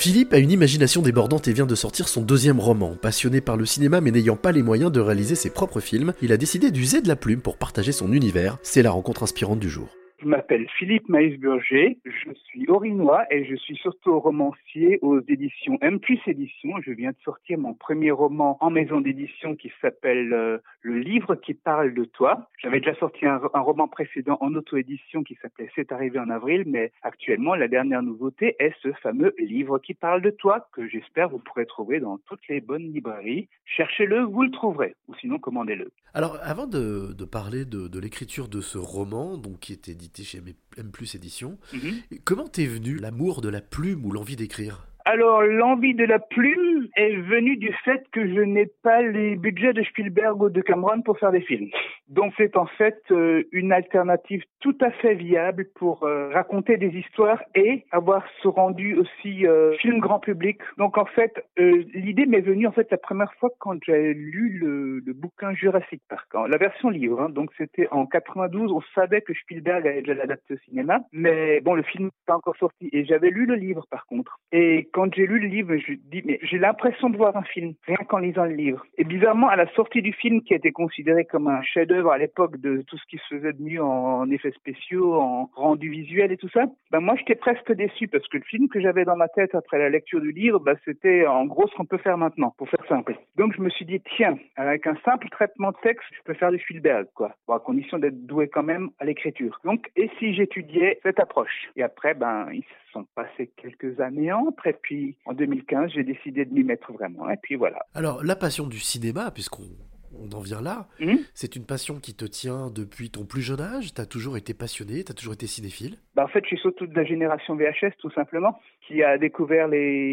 Philippe a une imagination débordante et vient de sortir son deuxième roman. Passionné par le cinéma mais n'ayant pas les moyens de réaliser ses propres films, il a décidé d'user de la plume pour partager son univers. C'est la rencontre inspirante du jour. Je m'appelle Philippe Maïs-Burger, je suis orinois et je suis surtout romancier aux éditions M+ Éditions. Je viens de sortir mon premier roman en maison d'édition qui s'appelle Le livre qui parle de toi. J'avais déjà sorti un roman précédent en auto-édition qui s'appelait C'est arrivé en avril, mais actuellement la dernière nouveauté est ce fameux livre qui parle de toi que j'espère vous pourrez trouver dans toutes les bonnes librairies. Cherchez-le, vous le trouverez, ou sinon commandez-le. Alors avant de parler de l'écriture de ce roman, donc qui est édité chez M+ Éditions, comment t'es venu l'amour de la plume ou l'envie d'écrire ? Alors, l'envie de la plume est venue du fait que je n'ai pas les budgets de Spielberg ou de Cameron pour faire des films. Donc, c'est en fait une alternative tout à fait viable pour raconter des histoires et avoir ce rendu aussi film grand public. Donc, en fait, l'idée m'est venue en fait la première fois quand j'ai lu le bouquin Jurassic Park, la version livre. Hein. Donc, c'était en 92. On savait que Spielberg allait déjà l'adapter au cinéma, mais bon, le film n'est pas encore sorti. Et j'avais lu le livre, par contre. Et quand j'ai lu le livre, je dis, mais j'ai l'impression de voir un film, rien qu'en lisant le livre. Et bizarrement, à la sortie du film, qui a été considéré comme un chef-d'œuvre à l'époque de tout ce qui se faisait de mieux en effets spéciaux, en rendu visuel et tout ça, moi, j'étais presque déçu parce que le film que j'avais dans ma tête après la lecture du livre, c'était en gros ce qu'on peut faire maintenant, pour faire simple. Donc, je me suis dit, tiens, avec un simple traitement de texte, je peux faire du Spielberg, quoi. Bon, à condition d'être doué quand même à l'écriture. Donc, et si j'étudiais cette approche? Et après, ils se sont passés quelques années entre, et puis en 2015, j'ai décidé de m'y mettre vraiment, et puis voilà. Alors, la passion du cinéma, puisqu'on en vient là, c'est une passion qui te tient depuis ton plus jeune âge? T'as toujours été passionné? T'as toujours été cinéphile? En fait, je suis surtout de la génération VHS, tout simplement, qui a découvert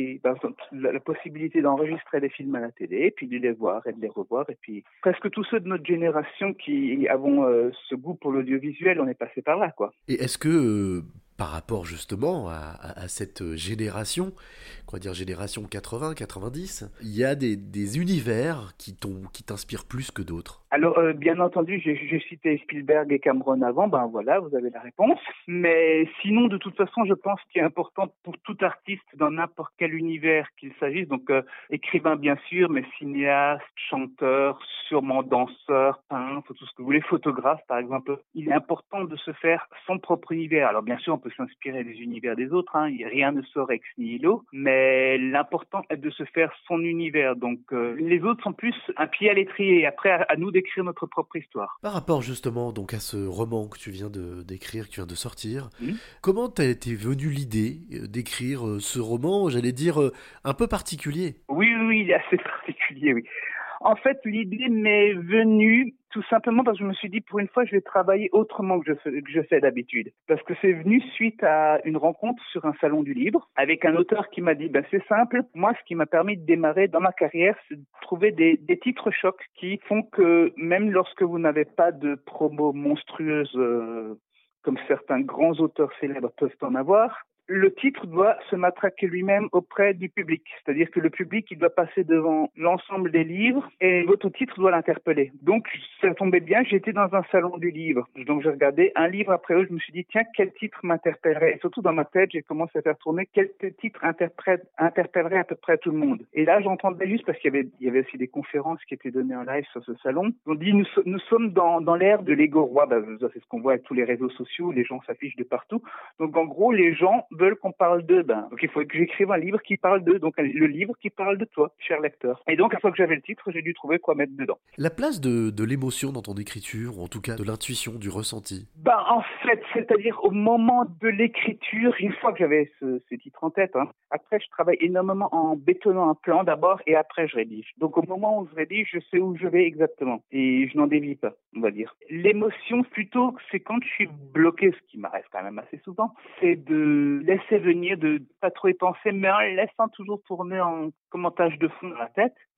la possibilité d'enregistrer des films à la télé, et puis de les voir et de les revoir. Et puis, presque tous ceux de notre génération qui avons ce goût pour l'audiovisuel, on est passé par là, quoi. Et est-ce que, par rapport justement à cette génération, quoi dire génération 80-90, il y a des univers qui t'inspirent plus que d'autres? Alors, bien entendu, j'ai cité Spielberg et Cameron avant, voilà, vous avez la réponse. Mais sinon, de toute façon, je pense qu'il est important pour tout artiste dans n'importe quel univers qu'il s'agisse, donc écrivain bien sûr, mais cinéaste, chanteur, sûrement danseur, peintre, tout ce que vous voulez, photographe par exemple. Il est important de se faire son propre univers. Alors bien sûr, on peut s'inspirer des univers des autres, rien ne sort ex nihilo, mais l'important est de se faire son univers. Donc les autres sont plus un pied à l'étrier, et après à nous d'écrire notre propre histoire. Par rapport justement donc à ce roman que tu viens d'écrire, que tu viens de sortir, comment t'as été venue l'idée d'écrire ce roman, j'allais dire un peu particulier? Oui, il est assez particulier, oui. En fait, l'idée m'est venue tout simplement parce que je me suis dit, pour une fois, je vais travailler autrement que je fais d'habitude. Parce que c'est venu suite à une rencontre sur un salon du livre avec un auteur qui m'a dit, c'est simple. Moi, ce qui m'a permis de démarrer dans ma carrière, c'est de trouver des titres chocs qui font que même lorsque vous n'avez pas de promo monstrueuse comme certains grands auteurs célèbres peuvent en avoir, le titre doit se matraquer lui-même auprès du public. C'est-à-dire que le public, il doit passer devant l'ensemble des livres et votre titre doit l'interpeller. Donc, ça tombait bien, j'étais dans un salon du livre. Donc, j'ai regardé un livre après eux, je me suis dit, tiens, quel titre m'interpellerait? Et surtout dans ma tête, j'ai commencé à faire tourner quel titre interpellerait à peu près tout le monde. Et là, j'entendais juste, parce qu'il y avait aussi des conférences qui étaient données en live sur ce salon. On dit, nous sommes dans l'ère de l'ego roi. C'est ce qu'on voit avec tous les réseaux sociaux, les gens s'affichent de partout. Donc, en gros, les gens veulent qu'on parle d'eux, donc il faut que j'écrive un livre qui parle d'eux, donc le livre qui parle de toi, cher lecteur. Et donc, une fois que j'avais le titre, j'ai dû trouver quoi mettre dedans. La place de l'émotion dans ton écriture, ou en tout cas de l'intuition, du ressenti? En fait, c'est-à-dire au moment de l'écriture, une fois que j'avais ce titre en tête, après je travaille énormément en bétonnant un plan d'abord et après je rédige. Donc au moment où je rédige, je sais où je vais exactement et je n'en dévie pas, on va dire. L'émotion plutôt, c'est quand je suis bloqué, ce qui m'arrive quand même assez souvent, c'est de laisser venir, de pas trop y penser, mais en laissant toujours tourner en commentage de fond dans la tête.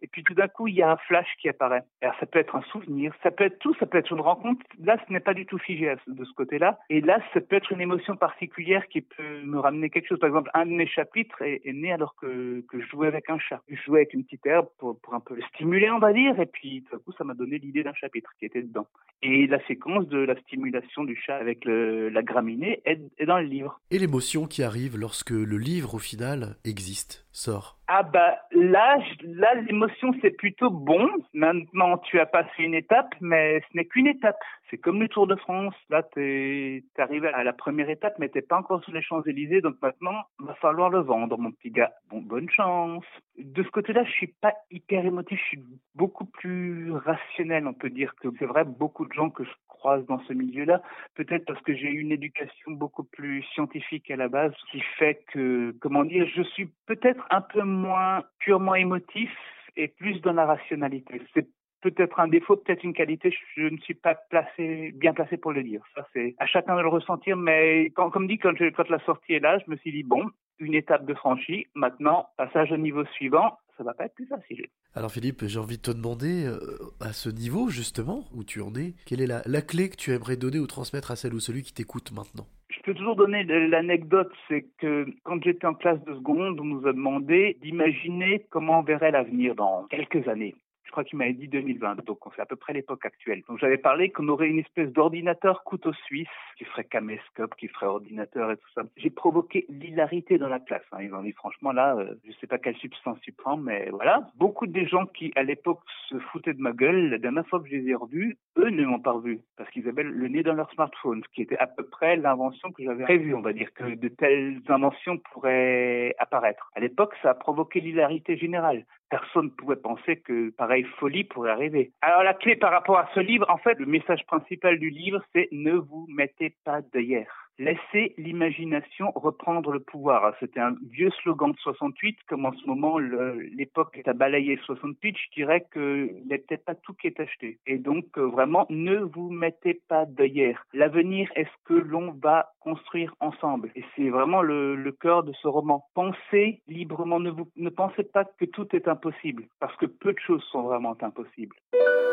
Et puis tout d'un coup, il y a un flash qui apparaît. Alors ça peut être un souvenir, ça peut être tout, ça peut être une rencontre. Là, ce n'est pas du tout figé de ce côté-là. Et là, ça peut être une émotion particulière qui peut me ramener quelque chose. Par exemple, un de mes chapitres est né alors que je jouais avec un chat. Je jouais avec une petite herbe pour un peu le stimuler, on va dire. Et puis tout d'un coup, ça m'a donné l'idée d'un chapitre qui était dedans. Et la séquence de la stimulation du chat avec la graminée est dans le livre. Et l'émotion qui arrive lorsque le livre, au final, existe, sort. Ah bah là l'émotion c'est plutôt bon. Maintenant tu as passé une étape, mais ce n'est qu'une étape. C'est comme le Tour de France. Là t'es arrivé à la première étape, mais t'es pas encore sur les Champs-Élysées. Donc maintenant va falloir le vendre, mon petit gars. Bon, bonne chance. De ce côté-là, je suis pas hyper émotif. Je suis beaucoup plus rationnel. On peut dire que c'est vrai, beaucoup de gens que je croise dans ce milieu-là, peut-être parce que j'ai eu une éducation beaucoup plus scientifique à la base, qui fait que, comment dire, je suis peut-être un peu moins purement émotif et plus dans la rationalité. C'est peut-être un défaut, peut-être une qualité, je ne suis pas bien placé pour le dire. Ça, c'est à chacun de le ressentir, mais comme dit, quand la sortie est là, je me suis dit, bon, une étape de franchie, maintenant, passage au niveau suivant, ça va pas être plus facile. Alors Philippe, j'ai envie de te demander, à ce niveau justement, où tu en es, quelle est la clé que tu aimerais donner ou transmettre à celle ou celui qui t'écoute maintenant? Je peux toujours donner l'anecdote, c'est que quand j'étais en classe de seconde, on nous a demandé d'imaginer comment on verrait l'avenir dans quelques années. Je crois qu'il m'avait dit 2020, donc c'est à peu près l'époque actuelle. Donc j'avais parlé qu'on aurait une espèce d'ordinateur couteau suisse qui ferait caméscope, qui ferait ordinateur et tout ça. J'ai provoqué l'hilarité dans la classe. Ils ont dit franchement là, je sais pas quelle substance tu prends, mais voilà. Beaucoup des gens qui à l'époque se foutaient de ma gueule, la dernière fois que je les ai revus, eux ne m'ont pas revu parce qu'ils avaient le nez dans leur smartphone, ce qui était à peu près l'invention que j'avais prévue. On va dire que de telles inventions pourraient apparaître. À l'époque, ça a provoqué l'hilarité générale. Personne ne pouvait penser que pareille folie pourrait arriver. Alors la clé par rapport à ce livre, en fait, le message principal du livre, c'est ne vous mettez pas d'œillères. Laissez l'imagination reprendre le pouvoir. C'était un vieux slogan de 68, comme en ce moment l'époque est à balayer 68, je dirais qu'il n'est peut-être pas tout qui est acheté. Et donc vraiment, ne vous mettez pas d'œillères. L'avenir est ce que l'on va construire ensemble. Et c'est vraiment le cœur de ce roman. Pensez librement, ne pensez pas que tout est impossible, parce que peu de choses sont vraiment impossibles.